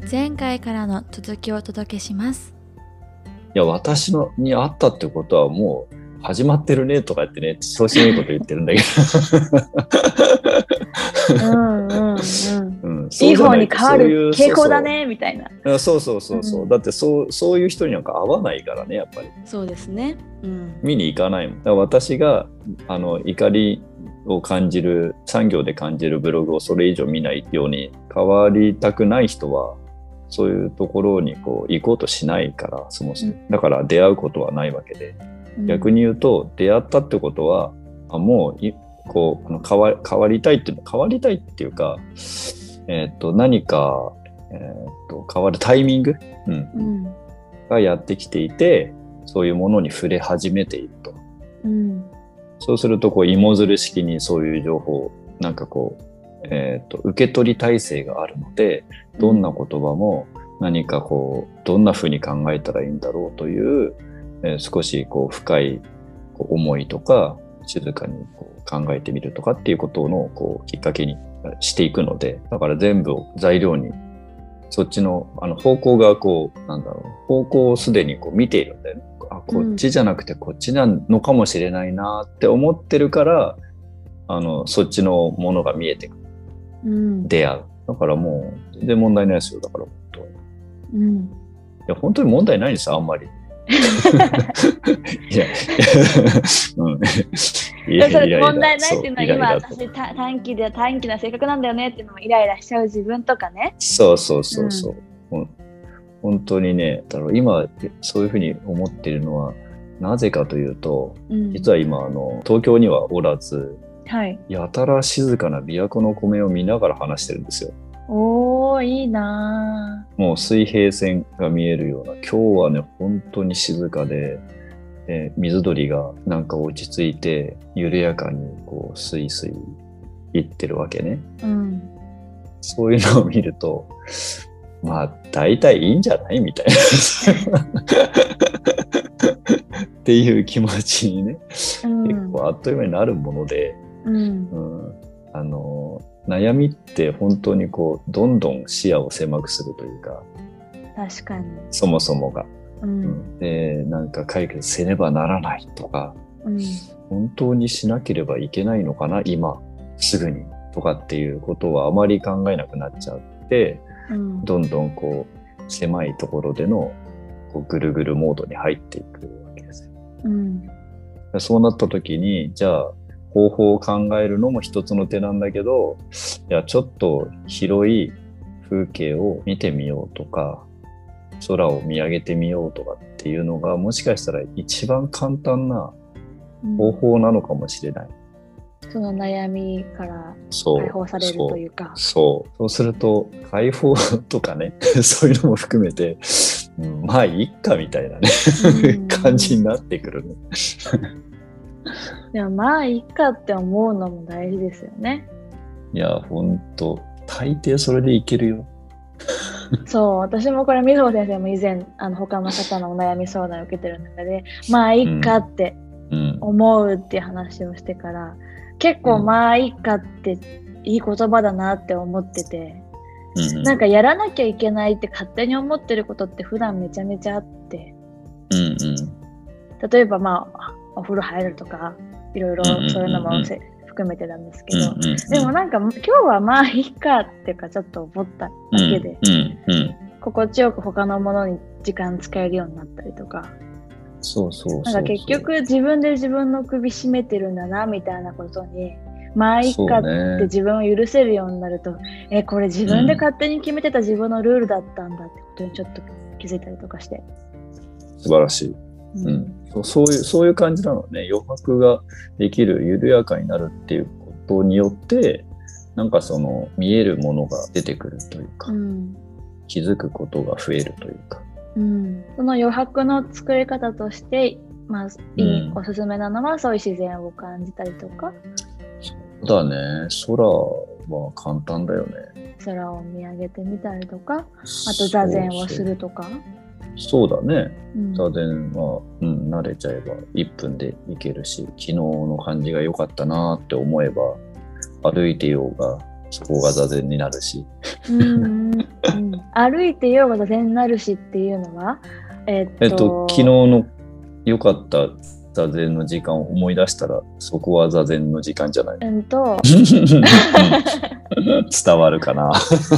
前回からの続きをお届けします。 いや、私に会ったってことはもう始まってるねとか言ってね、調子のいいこと言ってるんだけどいい方に変わる傾向だねみたいな。 そう、だってそういう人になんか会わないからね、やっぱり。 そうですね、 見に行かないもん。だから私が怒りを感じる、産業で感じるブログをそれ以上見ないように変わりたくない人はそういうところに行こうとしないから、そもそもだから出会うことはないわけで、逆に言うと出会ったってことはもう変わりたいっていうか、何か、変わるタイミング、がやってきていて、そういうものに触れ始めていると、そうすると芋づる式にそういう情報をなんか受け取り体制があるので、どんな言葉も何かどんな風に考えたらいいんだろうという、少し深い思いとか、静かに考えてみるとかっていうことのきっかけにしていくので、だから全部を材料にそっちの方向が方向をすでに見ているんだよね。こっちじゃなくてこっちなのかもしれないなって思ってるから、そっちのものが見えてくる、出会う。だからもう全然問題ないですよ。だから本当に、いや本当に問題ないんですよ、あんまり。いや、 それ問題ないっていうのは、今私短気な性格なんだよねっていうのもイライラしちゃう自分とかね。 そう、本当にね、今そういうふうに思っているのはなぜかというと、実は今東京にはおらず、やたら静かな琵琶湖の湖面を見ながら話してるんですよ。 おー、いいな。 もう水平線が見えるような、今日はね本当に静かで、水鳥がなんか落ち着いて緩やかにスイスイ行ってるわけね、そういうのを見ると、まあ大体いいんじゃないみたいなっていう気持ちにね、結構あっという間になるもので、悩みって本当にどんどん視野を狭くするというか、 確かにそもそもが、でなんか解決せねばならないとか、本当にしなければいけないのかな今すぐにとかっていうことはあまり考えなくなっちゃって、どんどん狭いところでのぐるぐるモードに入っていくわけですよ。そうなった時に、じゃあ方法を考えるのも一つの手なんだけど、いやちょっと広い風景を見てみようとか、空を見上げてみようとかっていうのが、もしかしたら一番簡単な方法なのかもしれない。 その悩みから解放されるというか、 そうすると解放とかねそういうのも含めて、まあいいかみたいなね感じになってくるねでもまあいいかって思うのも大事ですよね。 いや本当大抵それでいけるよそう、私もこれ水穂先生も以前他の方のお悩み相談を受けてる中で、まあいいかって思うっていう話をしてから、結構まあいいかっていい言葉だなって思ってて、なんかやらなきゃいけないって勝手に思ってることって普段めちゃめちゃあって、例えばまあお風呂入るとかいろいろそういうのも含めてなんですけど、でもなんか今日はまあいいかっていうかちょっと思っただけで、心地よく他のものに時間使えるようになったりとか、なんか結局自分で自分の首絞めてるんだなみたいなことに、まあいいかって自分を許せるようになると、これ自分で勝手に決めてた自分のルールだったんだってことにちょっと気づいたりとかして、 素晴らしい。そういう感じなのね。余白ができる、緩やかになるっていうことによって、なんかその見えるものが出てくるというか、気づくことが増えるというか、 その余白の作り方として、まあおすすめなのはそういう自然を感じたりとか。 そうだね。空は簡単だよね。 空を見上げてみたりとか、あと座禅をするとか。 そうだね、座禅は、慣れちゃえば1分でいけるし、昨日の感じが良かったなって思えば歩いてようがそこが座禅になるし歩いてようが座禅になるしっていうのは、 昨日の良かった座禅の時間を思い出したら、そこは座禅の時間じゃない。伝わるかな。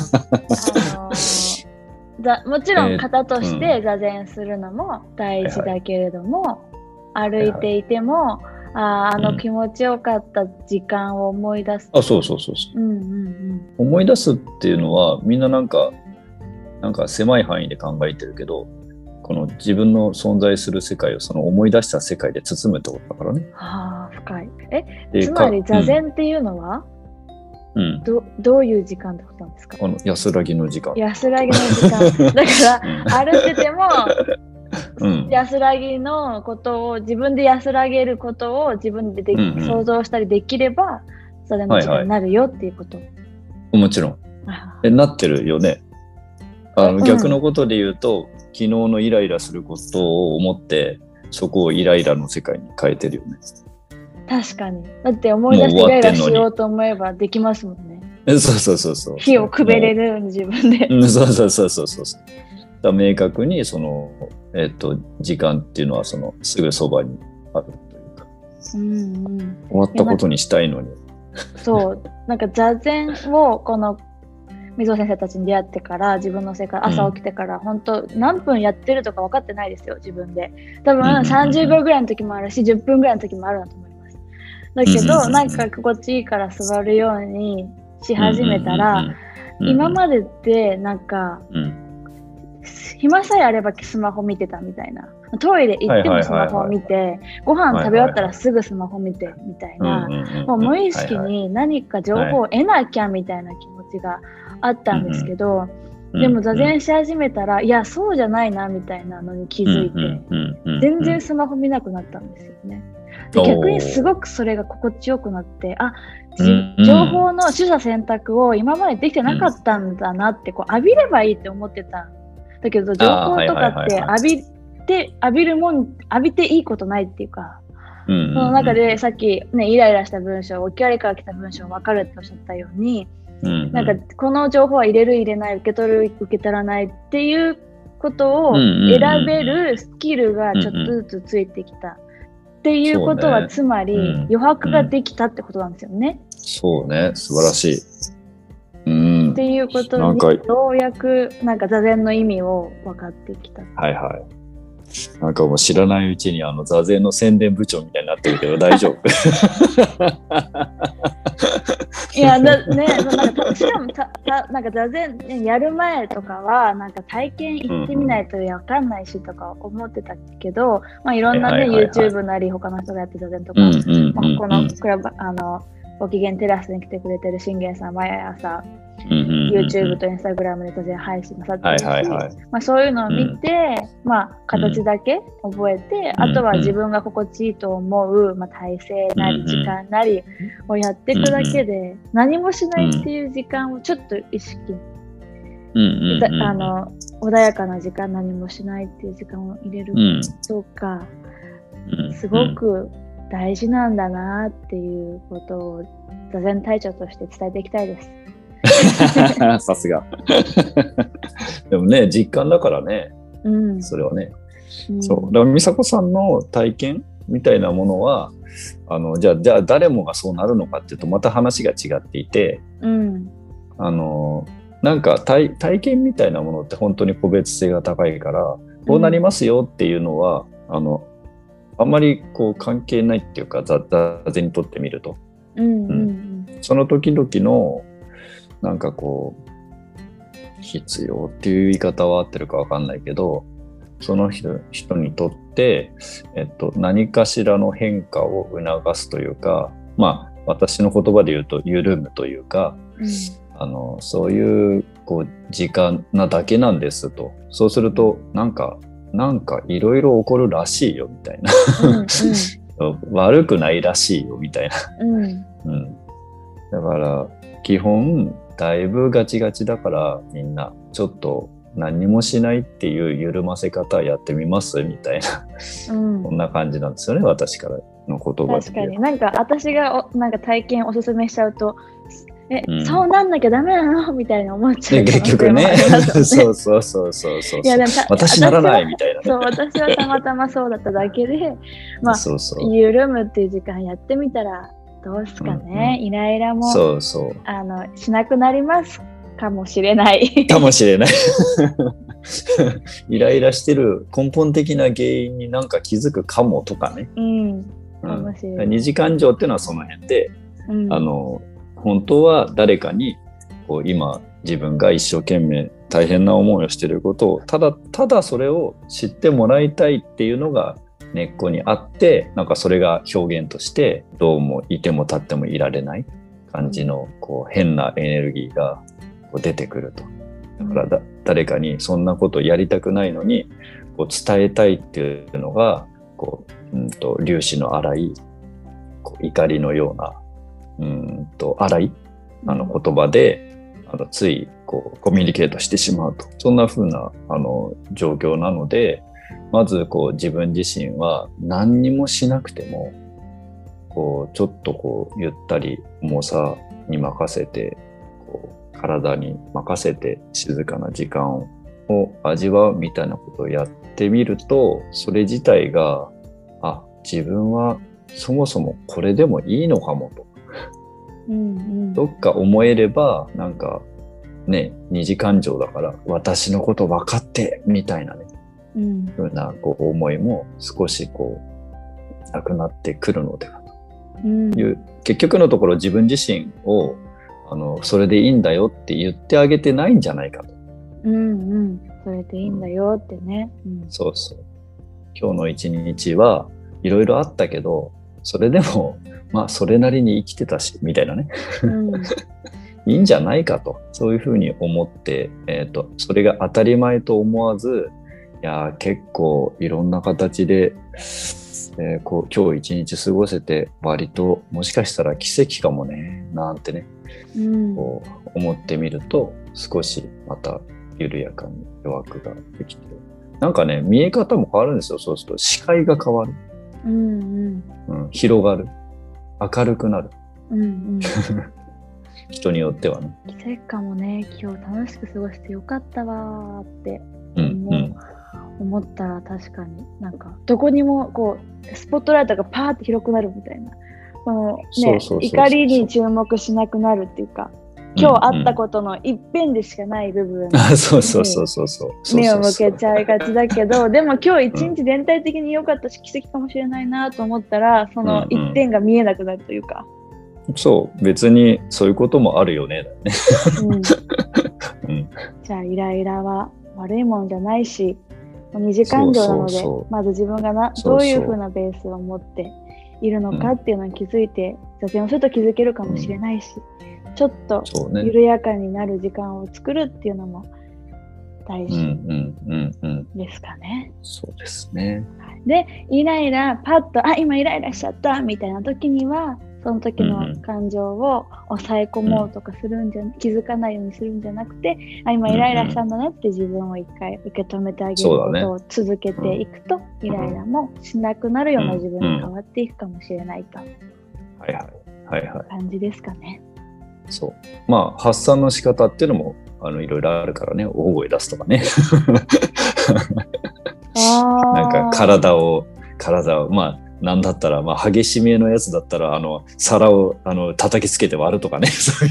もちろん型として座禅するのも大事だけれども、歩いていても、気持ちよかった時間を思い出す。 そう。思い出すっていうのは、みんななんか狭い範囲で考えてるけど、この自分の存在する世界をその思い出した世界で包むってことだからね。 深い。つまり座禅っていうのは、どういう時間ってことなんですか？ 安らぎの時間。 安らぎの時間。だから歩いてても、安らぎのことを自分で安らげることを自分で想像したりできれば、それの時間になるよっていうこと。 もちろん。なってるよね。逆のことで言うと、昨日のイライラすることを思ってそこをイライラの世界に変えてるよね。 確かに。だって思い出してイライラしようと思えばできますもんね。 そう。 火をくべれる自分で。 そう。だ明確にその、時間っていうのはそのすぐそばにあるというか、終わったことにしたいのに。そう。 なんか座禅をこの水尾先生たちに出会ってから自分の生活、朝起きてから本当何分やってるとか分かってないですよ、自分で。多分30秒ぐらいの時もあるし10分ぐらいの時もあるなと思います。だけどなんか心地いいから座るようにし始めたら、今までってなんか暇さえあればスマホ見てたみたいな、トイレ行ってもスマホを見て、ご飯食べ終わったらすぐスマホ見てみたいな、もう無意識に何か情報を得なきゃみたいな気持ちがあったんですけど、でも座禅し始めたら、いやそうじゃないなみたいなのに気づいて、全然スマホ見なくなったんですよね。で逆にすごくそれが心地よくなって、情報の取捨選択を今までできてなかったんだなって、こう浴びればいいって思ってたんだけど、情報とかって浴びていいことないっていうか、その中でさっきね、イライラした文章、置き割りから来た文章分かるっておっしゃったように、なんかこの情報は入れる入れない、受け取る受け取らないっていうことを選べるスキルがちょっとずつついてきたっていうことは、つまり余白ができたってことなんですよね。 そうね、素晴らしい。 っていうことにようやくなんか座禅の意味を分かってきた。 なんかもう知らないうちに座禅の宣伝部長みたいになってるけど大丈夫？いやね、しかもなんか座禅やる前とかはなんか体験行ってみないと分かんないしとか思ってたけど、いろんなね YouTube なり他の人がやって座禅とか、このクラブご機嫌テラスに来てくれてる信玄さん、毎朝YouTube と Instagram で座禅配信なさってるし、そういうのを見て、形だけ覚えて、あとは自分が心地いいと思う、体勢なり時間なりをやっていくだけで、何もしないっていう時間をちょっと意識、穏やかな時間、何もしないっていう時間を入れるとか、すごく大事なんだなっていうことを座禅隊長として伝えていきたいです。 さすが。でもね、実感だからね、それはね。そうだから美佐子さんの体験みたいなものはじゃあ誰もがそうなるのかっていうとまた話が違っていて、なんか体験みたいなものって本当に個別性が高いから、こうなりますよっていうのは、あんまりこう関係ないっていうか、座禅にとってみると、その時々のなんかこう必要っていう言い方は合ってるか分かんないけど、その人にとって、何かしらの変化を促すというか、私の言葉で言うと緩むというか、そういうこう時間なだけなんですと。そうするとなんかいろいろ起こるらしいよみたいな、悪くないらしいよみたいな、だから基本だいぶガチガチだから、みんなちょっと何もしないっていう緩ませ方やってみますみたいな、こんな感じなんですよね、私からの言葉で。 確かになんか私がなんか体験おすすめしちゃうと、 そうなんなきゃダメなのみたいな思っちゃう、 結局ね。そうそうそうそう。いやでも私ならないみたいな、ね。 そう、私はたまたまそうだっただけで、まあ、緩むっていう時間やってみたら、どうすかね、イライラもしなくなりますかもしれない。 かもしれない。イライラしてる根本的な原因になんか気づくかもとかね。 かもしれない。 二次感情っていうのはその辺で、本当は誰かにこう今自分が一生懸命大変な思いをしていることをただそれを知ってもらいたいっていうのが根っこにあって、なんかそれが表現としてどうもいても立ってもいられない感じのこう変なエネルギーがこう出てくると。だから誰かにそんなことやりたくないのにこう伝えたいっていうのがこう粒子の荒いこう怒りのような荒い言葉でついこうコミュニケートしてしまうと、そんな風な状況なので、まずこう自分自身は何にもしなくてもこうちょっとこうゆったり重さに任せてこう体に任せて静かな時間を味わうみたいなことをやってみると、それ自体が自分はそもそもこれでもいいのかもと、どっか思えればなんかね、二次感情だから私のこと分かってみたいなね、ふうなこう思いも少しこうなくなってくるのではという、結局のところ自分自身をそれでいいんだよって言ってあげてないんじゃないかと。 それでいいんだよってね。 そうそう。今日の一日はいろいろあったけど、それでもまあそれなりに生きてたしみたいなね、いいんじゃないかと、そういうふうに思って、それが当たり前と思わず、いや結構いろんな形で、こう今日一日過ごせて割ともしかしたら奇跡かもねなんてね、こう思ってみると少しまた緩やかに余白ができて、なんかね見え方も変わるんですよ。そうすると視界が変わる、広がる、明るくなる、人によってはね。 奇跡かもね。今日楽しく過ごしてよかったわって思ったら、確かになんかどこにもこうスポットライトがパーって広くなるみたいな、このね怒りに注目しなくなるっていうか、今日あったことの一辺でしかない部分に目を向けちゃいがちだけど、でも今日一日全体的に良かったし奇跡かもしれないなと思ったら、その一点が見えなくなるというか、 そう別にそういうこともあるよね。 じゃあイライラは悪いもんじゃないし、二次感情なので、まず自分がどういう風なベースを持っているのかっていうのに気づいて、座禅をすると気づけるかもしれないし、ちょっと緩やかになる時間を作るっていうのも大事ですかね。 そうですね。 で、イライラパッと今イライラしちゃったみたいな時には、その時の感情を抑え込もうとかするんじゃ、気づかないようにするんじゃなくて、今イライラしたんだなって自分を一回受け止めてあげることを続けていくと、イライラもしなくなるような自分に変わっていくかもしれないと感じですかね。 そう。まあ発散の仕方っていうのもいろいろあるからね、大声出すとかね。なんか体をまあなんだったら、まあ激しめのやつだったら皿を叩きつけて割るとかね、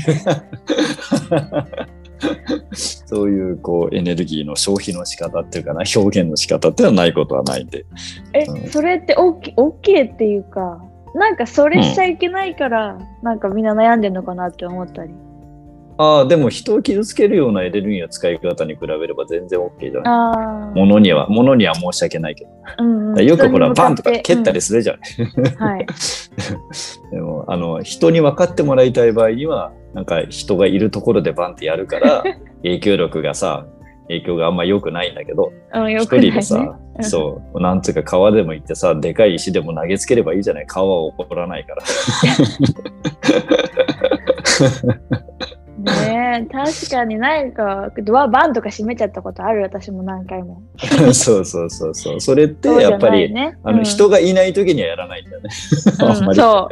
そういうこうエネルギーの消費の仕方っていうかな、表現の仕方っていうのはないことはないんで。 それって OK っていうか、なんかそれしちゃいけないから、なんかみんな悩んでんのかなって思ったり。 でも人を傷つけるようなエネルギーの使い方に比べれば全然 OK じゃない。物には申し訳ないけど。よくほらバンとか蹴ったりするじゃない。でも人に分かってもらいたい場合には、なんか人がいるところでバンってやるから影響があんま良くないんだけど、一人でさ、そうなんつうか川でも行ってさ、でかい石でも投げつければいいじゃない。川は怒らないから。 ねえ、確かになんかドアバンとか閉めちゃったことある、私も何回も。 そうそうそうそう。それってやっぱり、 ね、 人がいない時にはやらないんだよね。 そう。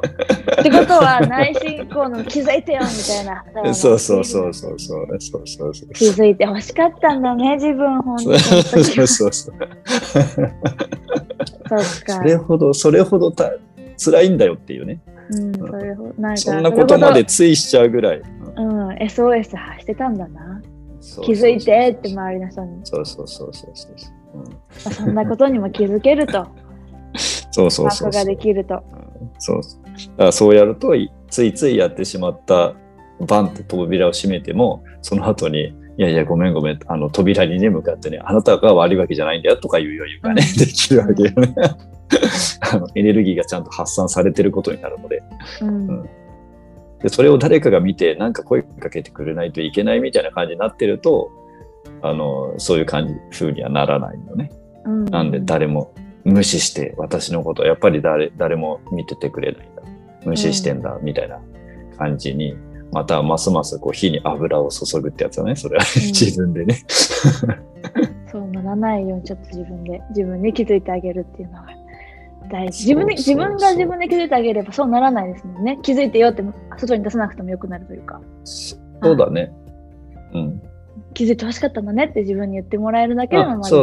ってことは内心この気づいてよみたいな。 そうそうそう。 気づいて欲しかったんだね、自分本当に。 そうそう。 そっか。 それほど辛いんだよっていうね。そんなことまでついしちゃうぐらい。 SOS 発してたんだな。気づいてって周りの人に。 そう。 そんなことにも気づけると。 そう。 把握ができると。 そう。だからそうやるとついついやってしまったバンって扉を閉めても、その後にいやごめん扉にね向かってね、あなたが悪いわけじゃないんだよとかいう余裕がね、できるわけよね。エネルギーがちゃんと発散されてることになるので、でそれを誰かが見てなんか声かけてくれないといけないみたいな感じになってると、そういう風にはならないのね。なんで誰も無視して私のことやっぱり誰も見ててくれないんだ、無視してんだみたいな感じに、またますます火に油を注ぐってやつだね、それは、自分でね。 そうならないようにちょっと自分に気づいてあげるっていうのが大事。自分が自分で気づいてあげればそうならないですもんね。気づいてよって外に出さなくてもよくなるというか。 そうだね。 気づいてほしかったんだねって自分に言ってもらえるだけでもそう。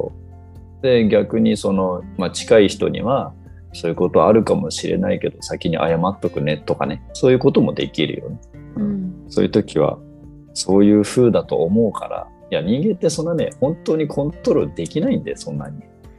で逆に近い人にはそういうことあるかもしれないけど先に謝っとくねとかね、そういうこともできるよね。そういう時はそういう風だと思うから、いや人間ってそんなね本当にコントロールできないんで、そんなに。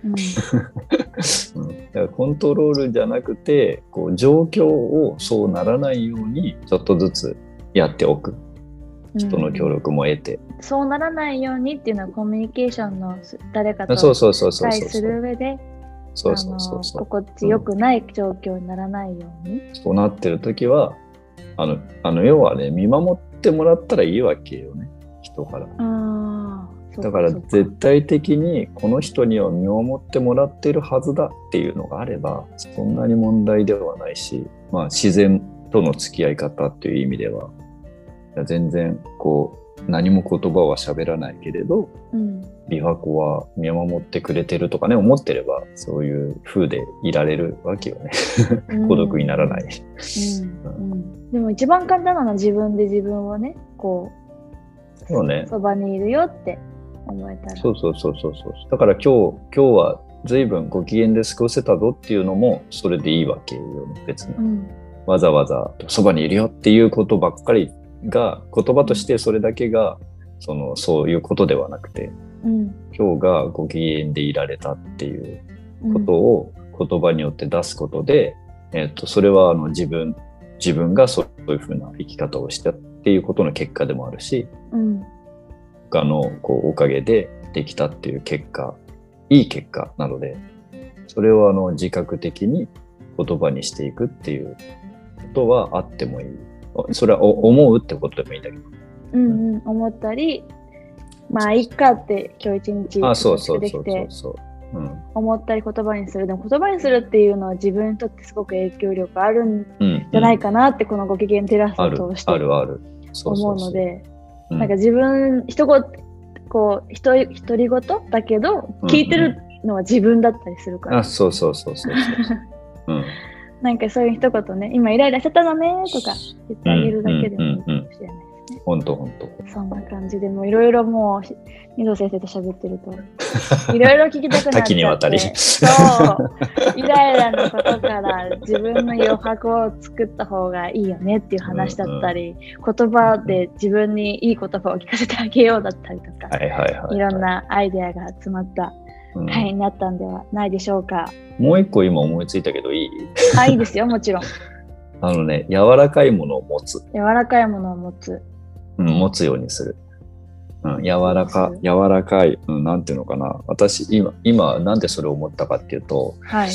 だからコントロールじゃなくて状況をそうならないようにちょっとずつやっておく、人の協力も得て、 そうならないようにっていうのはコミュニケーションの誰かと対する上で心地よくない状況にならないように、 そうなってる時は要はね見守ってもらったらいいわけよね、人から。だから絶対的にこの人には見守ってもらってるはずだっていうのがあればそんなに問題ではないし、自然との付き合い方っていう意味では全然何も言葉は喋らないけれど、琵琶湖は見守ってくれてるとかね思ってればそういう風でいられるわけよね。孤独にならない。 でも一番簡単なのは自分で自分をねそうね、 そばにいるよって思えたら。 そう。だから今日は随分ご機嫌で過ごせたぞっていうのもそれでいいわけよね、別に。わざわざそばにいるよっていうことばっかりが言葉としてそれだけがそういうことではなくて、今日がご機嫌でいられたっていうことを言葉によって出すことで、それは自分がそういうふうな生き方をしたっていうことの結果でもあるし、他のおかげでできたっていういい結果なので、それを自覚的に言葉にしていくっていうことはあってもいい。それは思うってことでもいいんだけど、 思ったりいっかって今日一日できて思ったり言葉にする。でも言葉にするっていうのは自分にとってすごく影響力あるんじゃないかなって、このご機嫌テラスを通して思うので、なんか自分独り言だけど聞いてるのは自分だったりするから。 そう。 なんかそういう一言ね、今イライラしちゃったのねとか言ってあげるだけでもいいかもしれないですね。 本当。 そんな感じでもいろいろもう二度先生と喋ってるといろいろ聞きたくなっちゃって、多岐にわたりイライラのことから自分の余白を作った方がいいよねっていう話だったり、言葉で自分にいい言葉を聞かせてあげようだったりとか、いろんなアイデアが詰まった回になったんではないでしょうか。 もう一個今思いついたけどいい？ いいですよ、もちろん。 柔らかいものを持つ。 柔らかいものを持つ。 持つようにする。柔らかい、なんていうのかな。私今なんでそれを思ったかっていうと、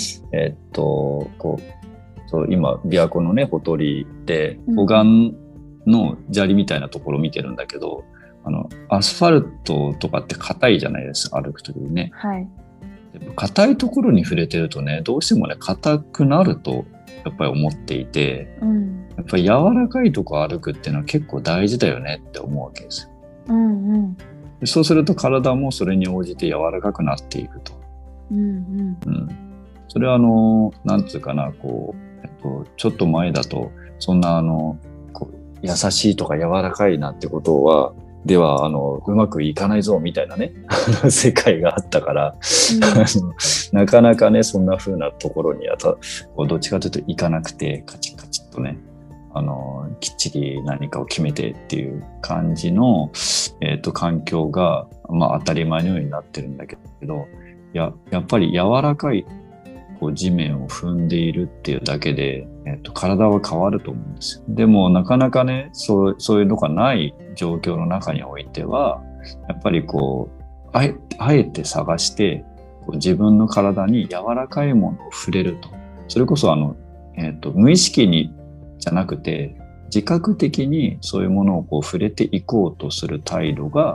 今琵琶湖のねほとりで護岸の砂利みたいなところを見てるんだけど、アスファルトとかって硬いじゃないですか、歩くときにね。硬いところに触れてるとね、どうしてもね硬くなるとやっぱり思っていて、 うん、 やっぱり柔らかいとこ歩くっていうのは結構大事だよねって思うわけですよ。 うんうん、 でそうすると体もそれに応じて柔らかくなっていくと。 うんうんうん、それはなんつうかな、こう、ちょっと前だとそんなこう優しいとか柔らかいなってことはではうまくいかないぞみたいなね世界があったから、なかなかねそんな風なところにはこうどっちかというといかなくて、カチッカチッとねきっちり何かを決めてっていう感じの、環境が、まあ、当たり前のようになってるんだけど、やっぱり柔らかいこう地面を踏んでいるっていうだけで、体は変わると思うんですよ。でもなかなかねそういうのがない状況の中においてはやっぱりこうあえて探してこう自分の体に柔らかいものを触れると、それこそ無意識にじゃなくて自覚的にそういうものをこう触れていこうとする態度が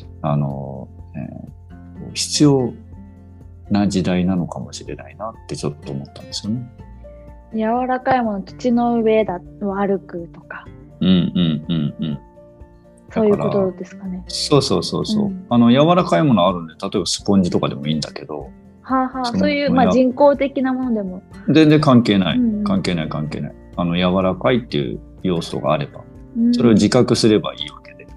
必要な時代なのかもしれないなってちょっと思ったんですよね。 柔らかいもの、土の上を歩くとか、そういうことですかね。 そう、柔らかいものあるんで、例えばスポンジとかでもいいんだけど、 そういう、まあ、人工的なものでも全然関係ない、関係ない柔らかいっていう要素があれば、それを自覚すればいいわけで、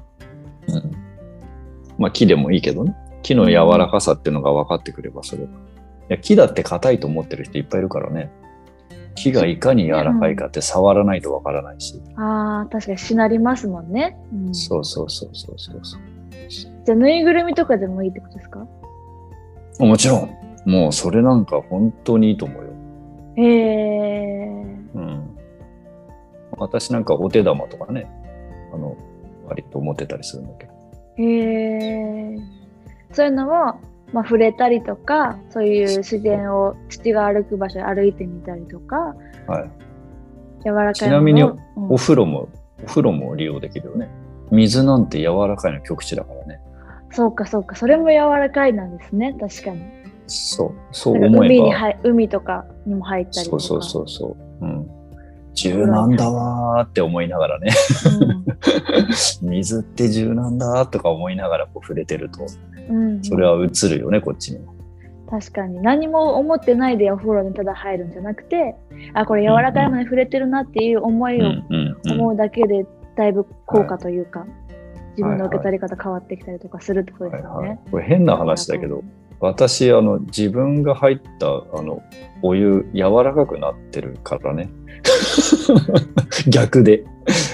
まあ木でもいいけどね、木の柔らかさっていうのが分かってくればそれは、いや木だって硬いと思ってる人いっぱいいるからね。木がいかに柔らかいかって触らないと分からないし、 確かにしなりますもんね、 そうじゃあぬいぐるみとかでもいいってことですか？ もちろん、もうそれなんか本当にいいと思うよ。私なんかお手玉とかね割と思ってたりするんだけど、 そういうのも、まあ、触れたりとか、そういう自然を土が歩く場所歩いてみたりとか、柔らかいもの。 ちなみにお風呂も利用できるよね。水なんて柔らかいの極致だからね。 そうかそれも柔らかいなんですね。確かにそう思えば海とかにも入ったりとか、 そう、柔軟だわーって思いながらね、水って柔軟だとか思いながらこう触れてると、それは映るよね、こっちにも。 確かに何も思ってないでお風呂にただ入るんじゃなくて、これ柔らかいものに触れてるなっていう思いを思うだけでだいぶ効果というか、自分の受け取り方変わってきたりとかするってことですよね。 これ変な話だけど、私自分が入ったお湯柔らかくなってるからね逆で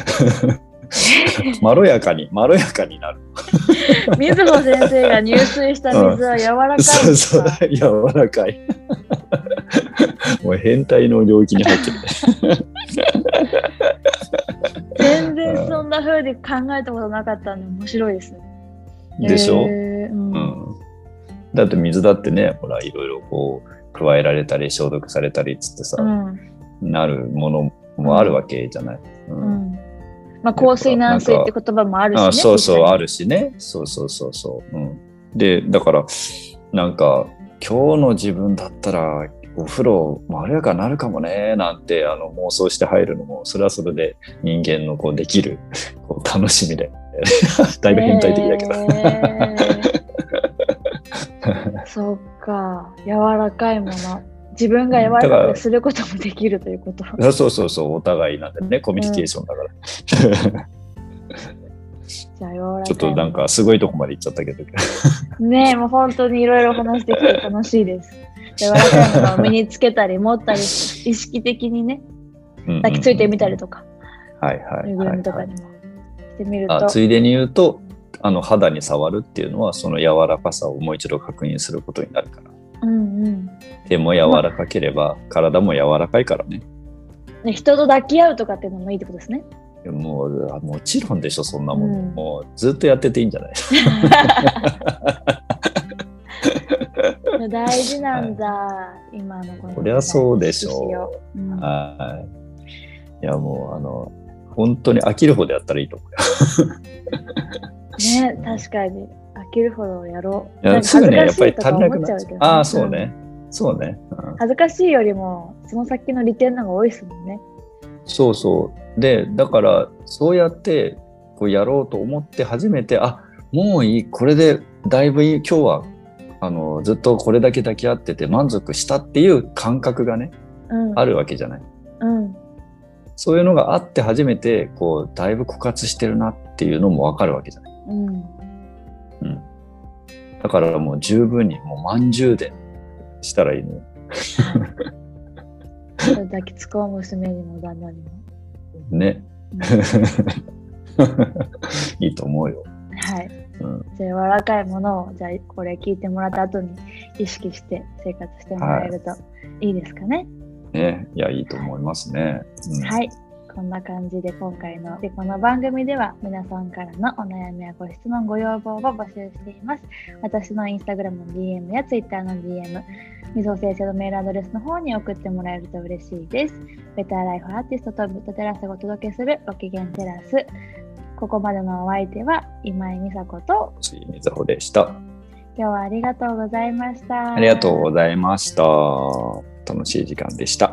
まろやかになる水穂先生が入水した水は柔らかいんですか？ そう柔らかいもう変態の領域に入ってる全然そんな風に考えたことなかったんで面白いですね。 でしょ、だって水だってね、ほらいろいろこう加えられたり消毒されたりっつってさ、なるものもあるわけじゃない。 まあ硬水軟水って言葉もあるしね。 そうあるしね。そう、でだからなんか今日の自分だったらお風呂まろやかになるかもねなんて妄想して入るのもそれはそれで人間のこうできるこう楽しみでだいぶ変態的だけど、 そうか、柔らかいもの自分が柔らかくすることもできるということ。 そうお互いなんでね、コミュニケーションだからじゃあ柔らかいものちょっとなんかすごいとこまで行っちゃったけどねえ、もう本当にいろいろ話してきて楽しいです。柔らかいものを身につけたり持ったり意識的にね抱きついてみたりとか、ぬいぐるみとかにもしてみると、 ついでに言うと肌に触るっていうのはその柔らかさをもう一度確認することになるから、手も柔らかければ体も柔らかいからね。 人と抱き合うとかっていうのもいいってことですね。 もちろんでしょ、そんなもん、もうずっとやってていいんじゃない大事なんだ、今のこの。 そりゃそうでしょう。いやもう本当に飽きるほどやったらいいと思うよね、確かに飽きるほどやろう。 すぐねやっぱり足りなくなっちゃう。そうね、 そうね、 恥ずかしいよりもその先の利点の方が多いですもんね。 そうそうで、だからそうやってこうやろうと思って初めて、あ、もういい、これでだいぶいい、今日はずっとこれだけ抱き合ってて満足したっていう感覚がね、あるわけじゃない。そういうのがあって初めてこうだいぶ枯渇してるなっていうのも分かるわけじゃない。だからもう十分にもう満充電したらいいのよ。 抱きつこう娘にも旦那にもね、いいと思うよ。 はい、じゃあ柔らかいものを、じゃあこれ聞いてもらった後に意識して生活してもらえるといいですかね。 ね、いや、いいと思いますね。 はい、こんな感じで今回のこの番組では皆さんからのお悩みやご質問、ご要望を募集しています。私のインスタグラムの DM や Twitter の DM、みぞ先生のメールアドレスの方に送ってもらえると嬉しいです。ベターライフアーティストとブッドテラスがお届けするご機嫌テラス。ここまでのお相手は今井美佐子と椎見瑞穂でした。 今日はありがとうございました。 ありがとうございました。楽しい時間でした。